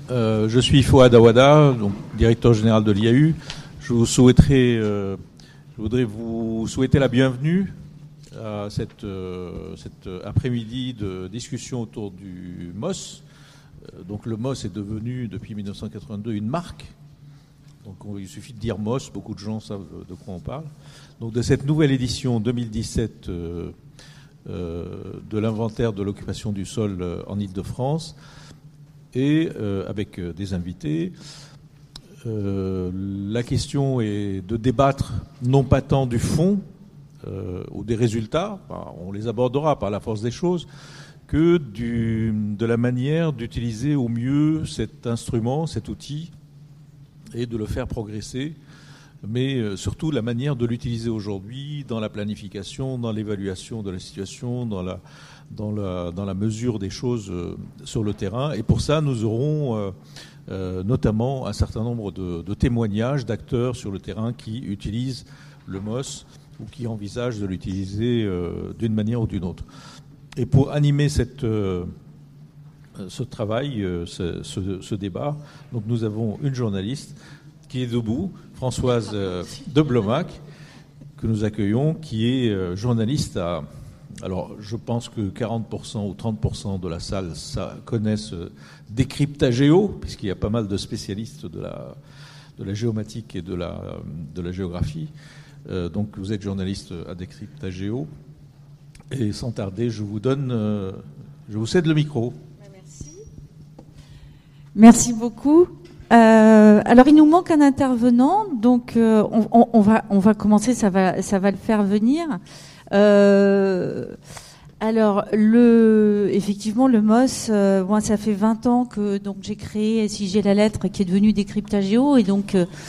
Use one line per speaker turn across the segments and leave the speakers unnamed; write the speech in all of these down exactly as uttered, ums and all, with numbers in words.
Euh, je suis Fouad Awada, donc directeur général de l'I A U. Je vous souhaiterais, euh, je voudrais vous souhaiter la bienvenue à cette, euh, cet après-midi de discussion autour du M O S. Euh, donc le M O S est devenu depuis mille neuf cent quatre-vingt-deux une marque. Donc on, il suffit de dire M O S, beaucoup de gens savent de quoi on parle. Donc de cette nouvelle édition deux mille dix-sept euh, euh, de l'inventaire de l'occupation du sol euh, en Île-de-France. Et euh, avec euh, des invités. Euh, la question est de débattre non pas tant du fond euh, ou des résultats, bah, on les abordera par la force des choses, que du, de la manière d'utiliser au mieux cet instrument, cet outil, et de le faire progresser, mais euh, surtout la manière de l'utiliser aujourd'hui dans la planification, dans l'évaluation de la situation, dans la Dans la, dans la mesure des choses euh, sur le terrain. Et pour ça, nous aurons euh, euh, notamment un certain nombre de, de témoignages d'acteurs sur le terrain qui utilisent le M O S ou qui envisagent de l'utiliser euh, d'une manière ou d'une autre. Et pour animer cette, euh, ce travail, euh, ce, ce, ce débat, donc nous avons une journaliste qui est debout, Françoise euh, de Blomac, que nous accueillons, qui est euh, journaliste à... Alors, je pense que quarante pour cent ou trente pour cent de la salle ça, connaissent Décryptagéo, puisqu'il y a pas mal de spécialistes de la, de la géomatique et de la, de la géographie. Euh, donc, vous êtes journaliste à Décryptagéo. Et sans tarder, je vous donne, euh, je vous cède le micro.
Merci. Merci beaucoup. Euh, alors, il nous manque un intervenant, donc euh, on, on, on va, on va commencer. Ça va, ça va le faire venir. Euh, alors, le, effectivement, le M O S, euh, moi, ça fait vingt ans que donc j'ai créé Si j'ai la lettre, qui est devenue Décryptagéo, et donc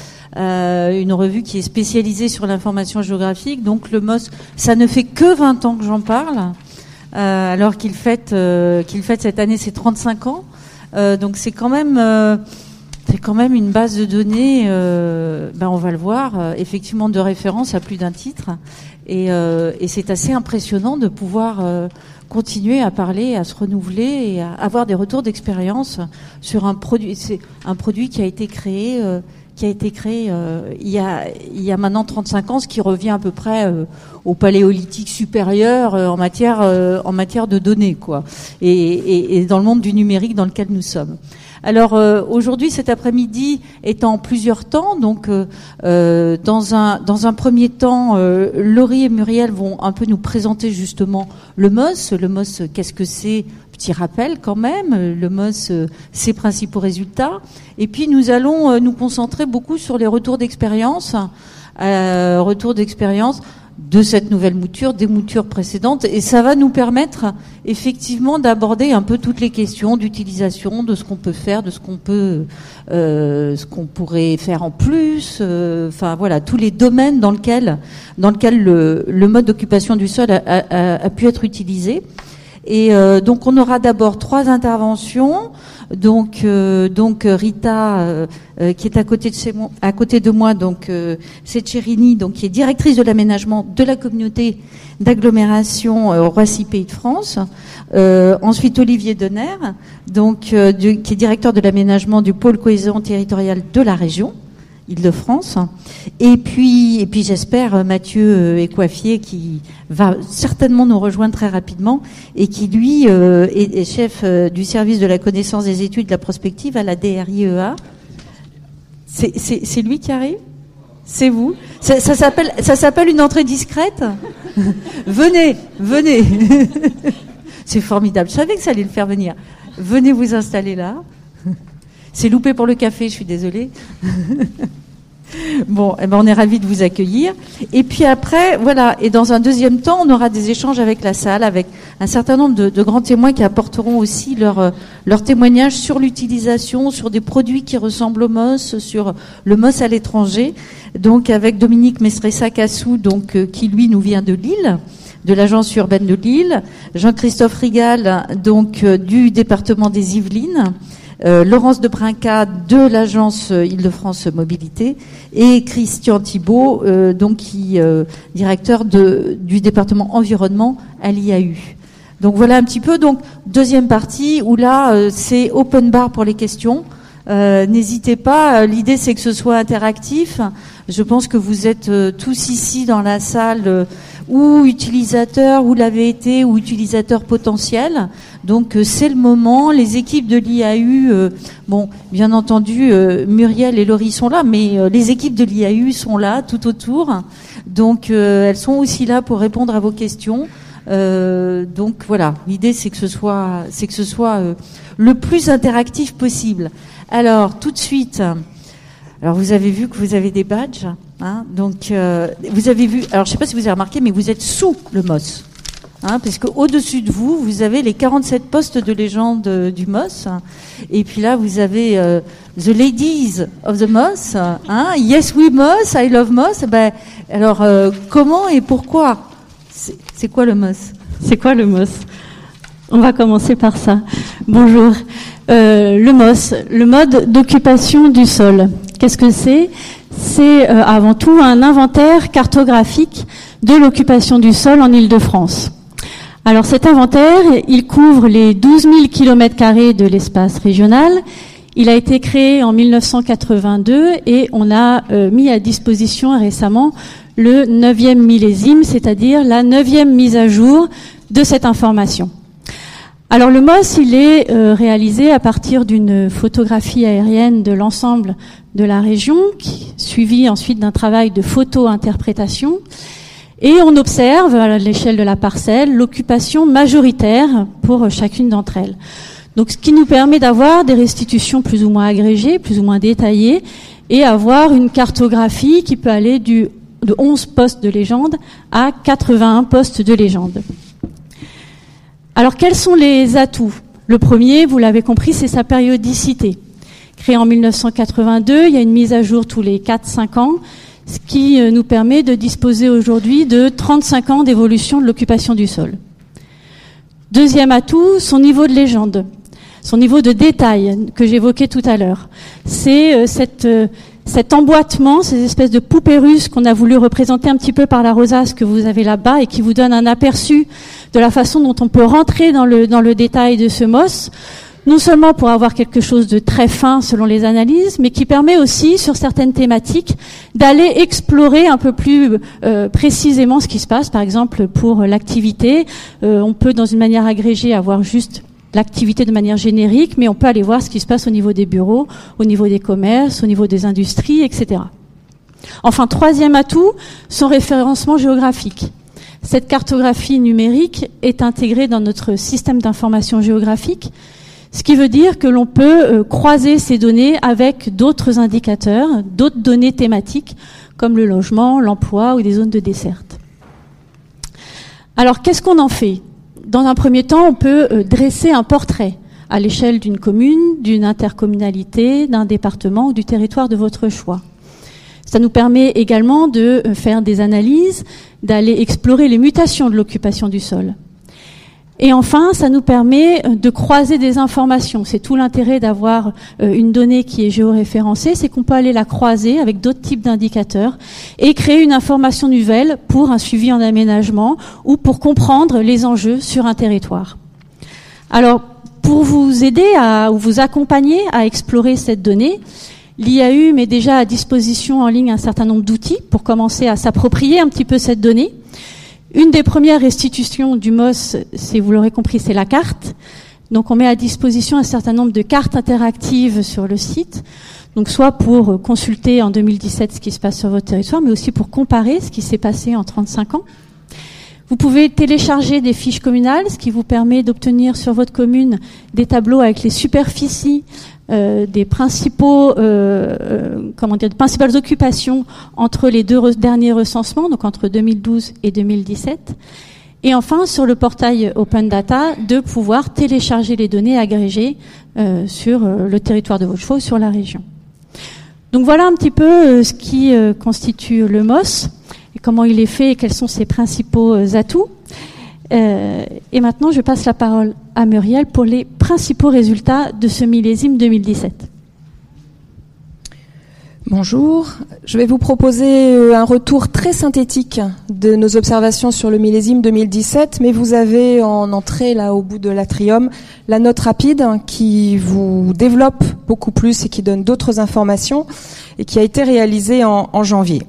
euh, une revue qui est spécialisée sur l'information géographique. Donc, le M O S, ça ne fait que vingt ans que j'en parle, euh, alors qu'il fête, euh, qu'il fête cette année ses trente-cinq ans. Euh, donc, c'est quand même. Euh, C'est quand même une base de données, euh, ben on va le voir, euh, effectivement de référence à plus d'un titre. Et, euh, et c'est assez impressionnant de pouvoir euh, continuer à parler, à se renouveler et à avoir des retours d'expérience sur un produit. C'est un produit qui a été créé, euh, qui a été créé euh, il y a, il y a maintenant trente-cinq ans, ce qui revient à peu près euh, au paléolithique supérieur euh, en matière, euh, en matière de données, quoi. Et, et, et dans le monde du numérique dans lequel nous sommes. Alors euh, aujourd'hui, cet après-midi est en plusieurs temps. Donc, euh, euh, dans un dans un premier temps, euh, Laurie et Muriel vont un peu nous présenter justement le M O S. Le M O S, qu'est-ce que c'est ? Petit rappel quand même. Le M O S, euh, ses principaux résultats. Et puis nous allons euh, nous concentrer beaucoup sur les retours d'expérience, euh, retours d'expérience de cette nouvelle mouture, des moutures précédentes, et ça va nous permettre effectivement d'aborder un peu toutes les questions d'utilisation, de ce qu'on peut faire, de ce qu'on peut, euh, ce qu'on pourrait faire en plus, euh, enfin voilà, tous les domaines dans lesquels, dans lesquels le, le mode d'occupation du sol a, a, a pu être utilisé. Et euh, donc on aura d'abord trois interventions. Donc, euh, donc Rita, euh, euh, qui est à côté de, chez moi, à côté de moi, donc euh, c'est Chérini, donc qui est directrice de l'aménagement de la communauté d'agglomération euh, Roissy Pays de France. Euh, ensuite Olivier Donner, donc euh, du, qui est directeur de l'aménagement du pôle cohésion territoriale de la région Île-de-France. Et puis, et puis j'espère Mathieu Écoiffier qui va certainement nous rejoindre très rapidement et qui lui euh, est, est chef euh, du service de la connaissance des études de la prospective à la D R I E A. C'est, c'est, c'est lui qui arrive ? C'est vous ? Ça, ça s'appelle, ça s'appelle une entrée discrète ? Venez, venez. C'est formidable. Je savais que ça allait le faire venir. Venez vous installer là. C'est loupé pour le café, je suis désolée. Bon, eh ben on est ravis de vous accueillir. Et puis après, voilà, et dans un deuxième temps, on aura des échanges avec la salle, avec un certain nombre de, de grands témoins qui apporteront aussi leur, leur témoignage sur l'utilisation, sur des produits qui ressemblent au M O S, sur le M O S à l'étranger. Donc avec Dominique Mestressa-Cassou, donc euh, qui lui nous vient de Lille, de l'agence urbaine de Lille, Jean-Christophe Rigal, donc euh, du département des Yvelines. Euh, Laurence de Brinca de l'agence Île-de-France Mobilité et Christian Thibault, euh, donc qui euh, directeur de, du département environnement à l'I A U. Donc voilà un petit peu. Donc deuxième partie où là euh, c'est open bar pour les questions. Euh, n'hésitez pas. L'idée, c'est que ce soit interactif. Je pense que vous êtes euh, tous ici dans la salle euh, ou utilisateurs, ou l'avez été, ou utilisateurs potentiels. Donc euh, c'est le moment. Les équipes de l'I A U, euh, bon, bien entendu, euh, Muriel et Laurie sont là, mais euh, les équipes de l'I A U sont là tout autour. Donc euh, elles sont aussi là pour répondre à vos questions. Euh, donc voilà, l'idée c'est que ce soit, c'est que ce soit euh, le plus interactif possible. Alors tout de suite. Alors vous avez vu que vous avez des badges, hein, donc euh, vous avez vu. Alors je ne sais pas si vous avez remarqué, mais vous êtes sous le M O S, hein, parce que au-dessus de vous, vous avez les quarante-sept postes de légende du M O S, et puis là vous avez euh, the ladies of the M O S, hein, yes we M O S, I love M O S. Ben alors euh, comment et pourquoi? C'est, c'est quoi le M O S?
C'est quoi le M O S? On va commencer par ça. Bonjour. Euh, le M O S, le mode d'occupation du sol. Qu'est-ce que c'est? C'est euh, avant tout un inventaire cartographique de l'occupation du sol en Île-de-France. Alors cet inventaire, il couvre les douze mille kilomètres carrés de l'espace régional. Il a été créé en mille neuf cent quatre-vingt-deux et on a euh, mis à disposition récemment le neuvième millésime, c'est-à-dire la neuvième mise à jour de cette information. Alors le M O S, il est euh, réalisé à partir d'une photographie aérienne de l'ensemble de la région, qui, suivie ensuite d'un travail de photo-interprétation. Et on observe, à l'échelle de la parcelle, l'occupation majoritaire pour chacune d'entre elles. Donc ce qui nous permet d'avoir des restitutions plus ou moins agrégées, plus ou moins détaillées, et avoir une cartographie qui peut aller du, de onze postes de légende à quatre-vingt-un postes de légende. Alors, quels sont les atouts? Le premier, vous l'avez compris, c'est sa périodicité. Créé en mille neuf cent quatre-vingt-deux, il y a une mise à jour tous les quatre à cinq ans, ce qui nous permet de disposer aujourd'hui de trente-cinq ans d'évolution de l'occupation du sol. Deuxième atout, son niveau de légende, son niveau de détail que j'évoquais tout à l'heure. C'est cette, cet emboîtement, ces espèces de poupées russes qu'on a voulu représenter un petit peu par la rosace que vous avez là-bas et qui vous donne un aperçu de la façon dont on peut rentrer dans le, dans le détail de ce M O S, non seulement pour avoir quelque chose de très fin selon les analyses, mais qui permet aussi, sur certaines thématiques, d'aller explorer un peu plus euh, précisément ce qui se passe. Par exemple, pour l'activité, euh, on peut, dans une manière agrégée, avoir juste l'activité de manière générique, mais on peut aller voir ce qui se passe au niveau des bureaux, au niveau des commerces, au niveau des industries, et cetera. Enfin, troisième atout, son référencement géographique. Cette cartographie numérique est intégrée dans notre système d'information géographique, ce qui veut dire que l'on peut croiser ces données avec d'autres indicateurs, d'autres données thématiques, comme le logement, l'emploi ou des zones de desserte. Alors, qu'est-ce qu'on en fait? Dans un premier temps, on peut dresser un portrait à l'échelle d'une commune, d'une intercommunalité, d'un département ou du territoire de votre choix. Ça nous permet également de faire des analyses, d'aller explorer les mutations de l'occupation du sol. Et enfin, ça nous permet de croiser des informations. C'est tout l'intérêt d'avoir une donnée qui est géoréférencée, c'est qu'on peut aller la croiser avec d'autres types d'indicateurs et créer une information nouvelle pour un suivi en aménagement ou pour comprendre les enjeux sur un territoire. Alors, pour vous aider à, ou vous accompagner à explorer cette donnée, l'I A U met déjà à disposition en ligne un certain nombre d'outils pour commencer à s'approprier un petit peu cette donnée. Une des premières restitutions du M O S, c'est, vous l'aurez compris, c'est la carte. Donc on met à disposition un certain nombre de cartes interactives sur le site. Donc soit pour consulter en deux mille dix-sept ce qui se passe sur votre territoire, mais aussi pour comparer ce qui s'est passé en trente-cinq ans. Vous pouvez télécharger des fiches communales, ce qui vous permet d'obtenir sur votre commune des tableaux avec les superficies euh, des principaux, euh, euh, comment dire, des principales occupations entre les deux re- derniers recensements, donc entre deux mille douze et deux mille dix-sept. Et enfin, sur le portail Open Data, de pouvoir télécharger les données agrégées euh, sur euh, le territoire de votre choix ou sur la région. Donc voilà un petit peu euh, ce qui euh, constitue le M O S. Et comment il est fait et quels sont ses principaux atouts. Euh, et maintenant, je passe la parole à Muriel pour les principaux résultats de ce millésime deux mille dix-sept.
Bonjour, je vais vous proposer un retour très synthétique de nos observations sur le millésime deux mille dix-sept, mais vous avez en entrée, là au bout de l'atrium, la note rapide qui vous développe beaucoup plus et qui donne d'autres informations et qui a été réalisée en, en janvier.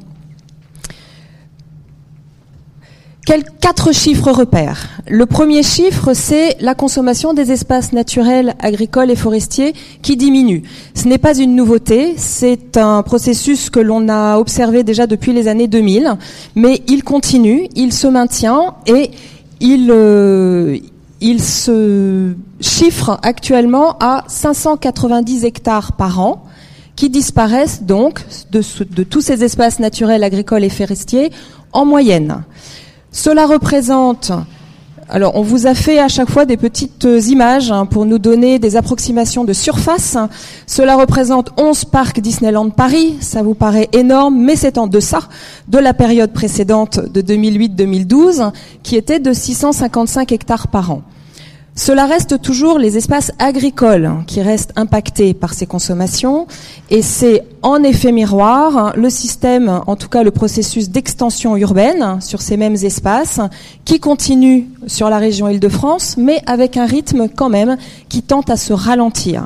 Quels quatre chiffres repères? Le premier chiffre, c'est la consommation des espaces naturels, agricoles et forestiers qui diminue. Ce n'est pas une nouveauté, c'est un processus que l'on a observé déjà depuis les années deux mille, mais il continue, il se maintient et il, euh, il se chiffre actuellement à cinq cent quatre-vingt-dix hectares par an qui disparaissent donc de, de tous ces espaces naturels, agricoles et forestiers en moyenne. Cela représente, alors on vous a fait à chaque fois des petites images hein, pour nous donner des approximations de surface. Cela représente onze parcs Disneyland Paris, ça vous paraît énorme, mais c'est en deçà de la période précédente de deux mille huit deux mille douze qui était de six cent cinquante-cinq hectares par an. Cela reste toujours les espaces agricoles qui restent impactés par ces consommations et c'est en effet miroir le système, en tout cas le processus d'extension urbaine sur ces mêmes espaces qui continue sur la région Île-de-France mais avec un rythme quand même qui tente à se ralentir.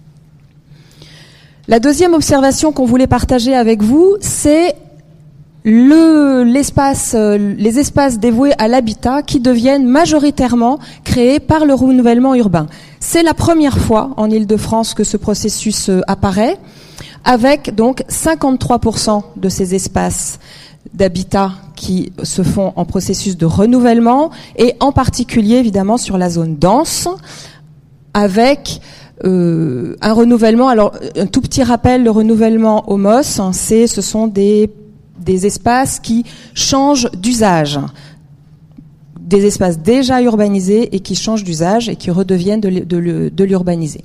La deuxième observation qu'on voulait partager avec vous, c'est Le, l'espace, les espaces dévoués à l'habitat qui deviennent majoritairement créés par le renouvellement urbain. C'est la première fois en Île-de-France que ce processus apparaît, avec donc cinquante-trois pour cent de ces espaces d'habitat qui se font en processus de renouvellement, et en particulier évidemment sur la zone dense, avec euh, un renouvellement. Alors un tout petit rappel, le renouvellement au M O S, c'est, ce sont des des espaces qui changent d'usage, des espaces déjà urbanisés et qui changent d'usage et qui redeviennent de, de, de l'urbanisé.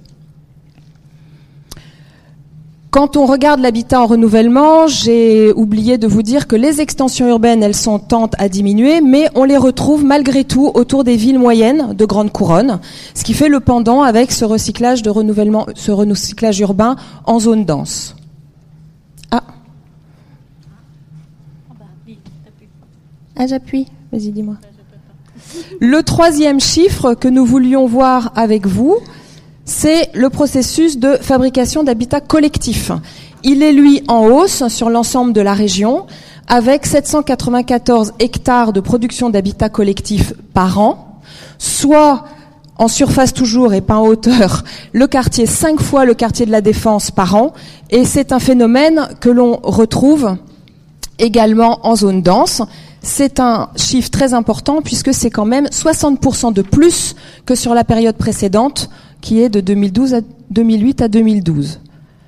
Quand on regarde l'habitat en renouvellement, j'ai oublié de vous dire que les extensions urbaines, elles sont tendent à diminuer, mais on les retrouve malgré tout autour des villes moyennes de grande couronne, ce qui fait le pendant avec ce recyclage de renouvellement, ce recyclage urbain en zone dense. Ah. Ah, j'appuie. Vas-y, dis-moi. Le troisième chiffre que nous voulions voir avec vous, c'est le processus de fabrication d'habitats collectifs. Il est, lui, en hausse sur l'ensemble de la région, avec sept cent quatre-vingt-quatorze hectares de production d'habitats collectifs par an, soit en surface toujours et pas en hauteur, le quartier, cinq fois le quartier de la Défense par an, et c'est un phénomène que l'on retrouve également en zone dense. C'est un chiffre très important puisque c'est quand même soixante pour cent de plus que sur la période précédente qui est de deux mille douze à deux mille huit à deux mille douze.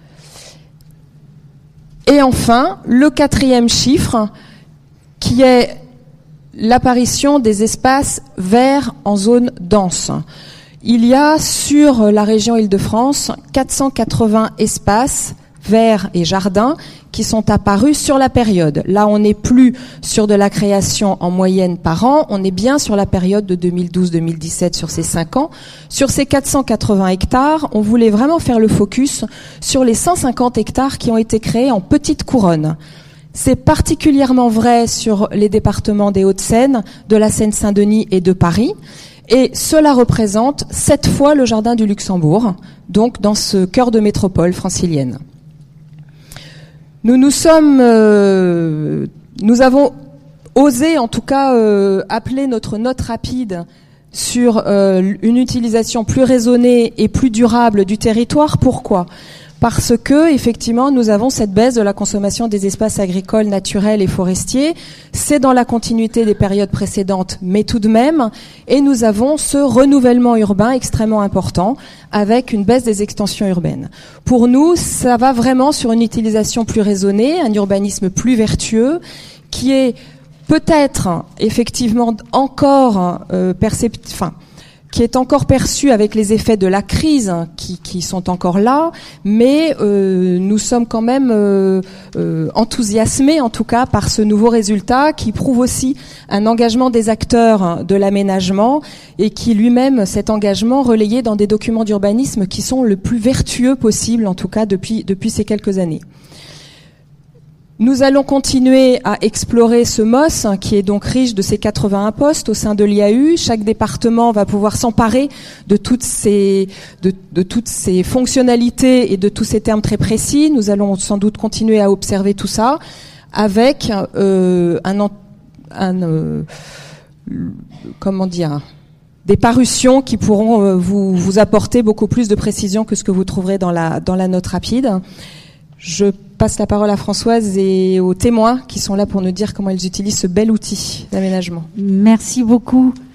Et enfin, le quatrième chiffre qui est l'apparition des espaces verts en zone dense. Il y a sur la région Île-de-France quatre cent quatre-vingts espaces verts et jardins qui sont apparus sur la période. Là, on n'est plus sur de la création en moyenne par an, on est bien sur la période de deux mille douze deux mille dix-sept sur ces cinq ans. Sur ces quatre cent quatre-vingts hectares, on voulait vraiment faire le focus sur les cent cinquante hectares qui ont été créés en petite couronne. C'est particulièrement vrai sur les départements des Hauts-de-Seine, de la Seine-Saint-Denis et de Paris. Et cela représente sept fois le jardin du Luxembourg, donc dans ce cœur de métropole francilienne. Nous nous sommes, euh, nous avons osé en tout cas euh, appeler notre note rapide sur euh, une utilisation plus raisonnée et plus durable du territoire. Pourquoi ? Parce que effectivement, nous avons cette baisse de la consommation des espaces agricoles, naturels et forestiers. C'est dans la continuité des périodes précédentes, mais tout de même. Et nous avons ce renouvellement urbain extrêmement important avec une baisse des extensions urbaines. Pour nous, ça va vraiment sur une utilisation plus raisonnée, un urbanisme plus vertueux, qui est peut-être effectivement encore euh, perceptible, enfin, qui est encore perçu avec les effets de la crise qui, qui sont encore là, mais euh, nous sommes quand même euh, euh, enthousiasmés en tout cas par ce nouveau résultat qui prouve aussi un engagement des acteurs de l'aménagement et qui lui-même, cet engagement relayé dans des documents d'urbanisme qui sont le plus vertueux possible en tout cas depuis, depuis ces quelques années. Nous allons continuer à explorer ce M O S, qui est donc riche de ces quatre-vingt-un postes au sein de l'I A U. Chaque département va pouvoir s'emparer de toutes ces, de, de toutes ces fonctionnalités et de tous ces termes très précis. Nous allons sans doute continuer à observer tout ça avec euh, un, un euh, comment dire, des parutions qui pourront euh, vous, vous apporter beaucoup plus de précision que ce que vous trouverez dans la, dans la note rapide. Je passe la parole à Françoise et aux témoins qui sont là pour nous dire comment ils utilisent ce bel outil d'aménagement.
Merci beaucoup.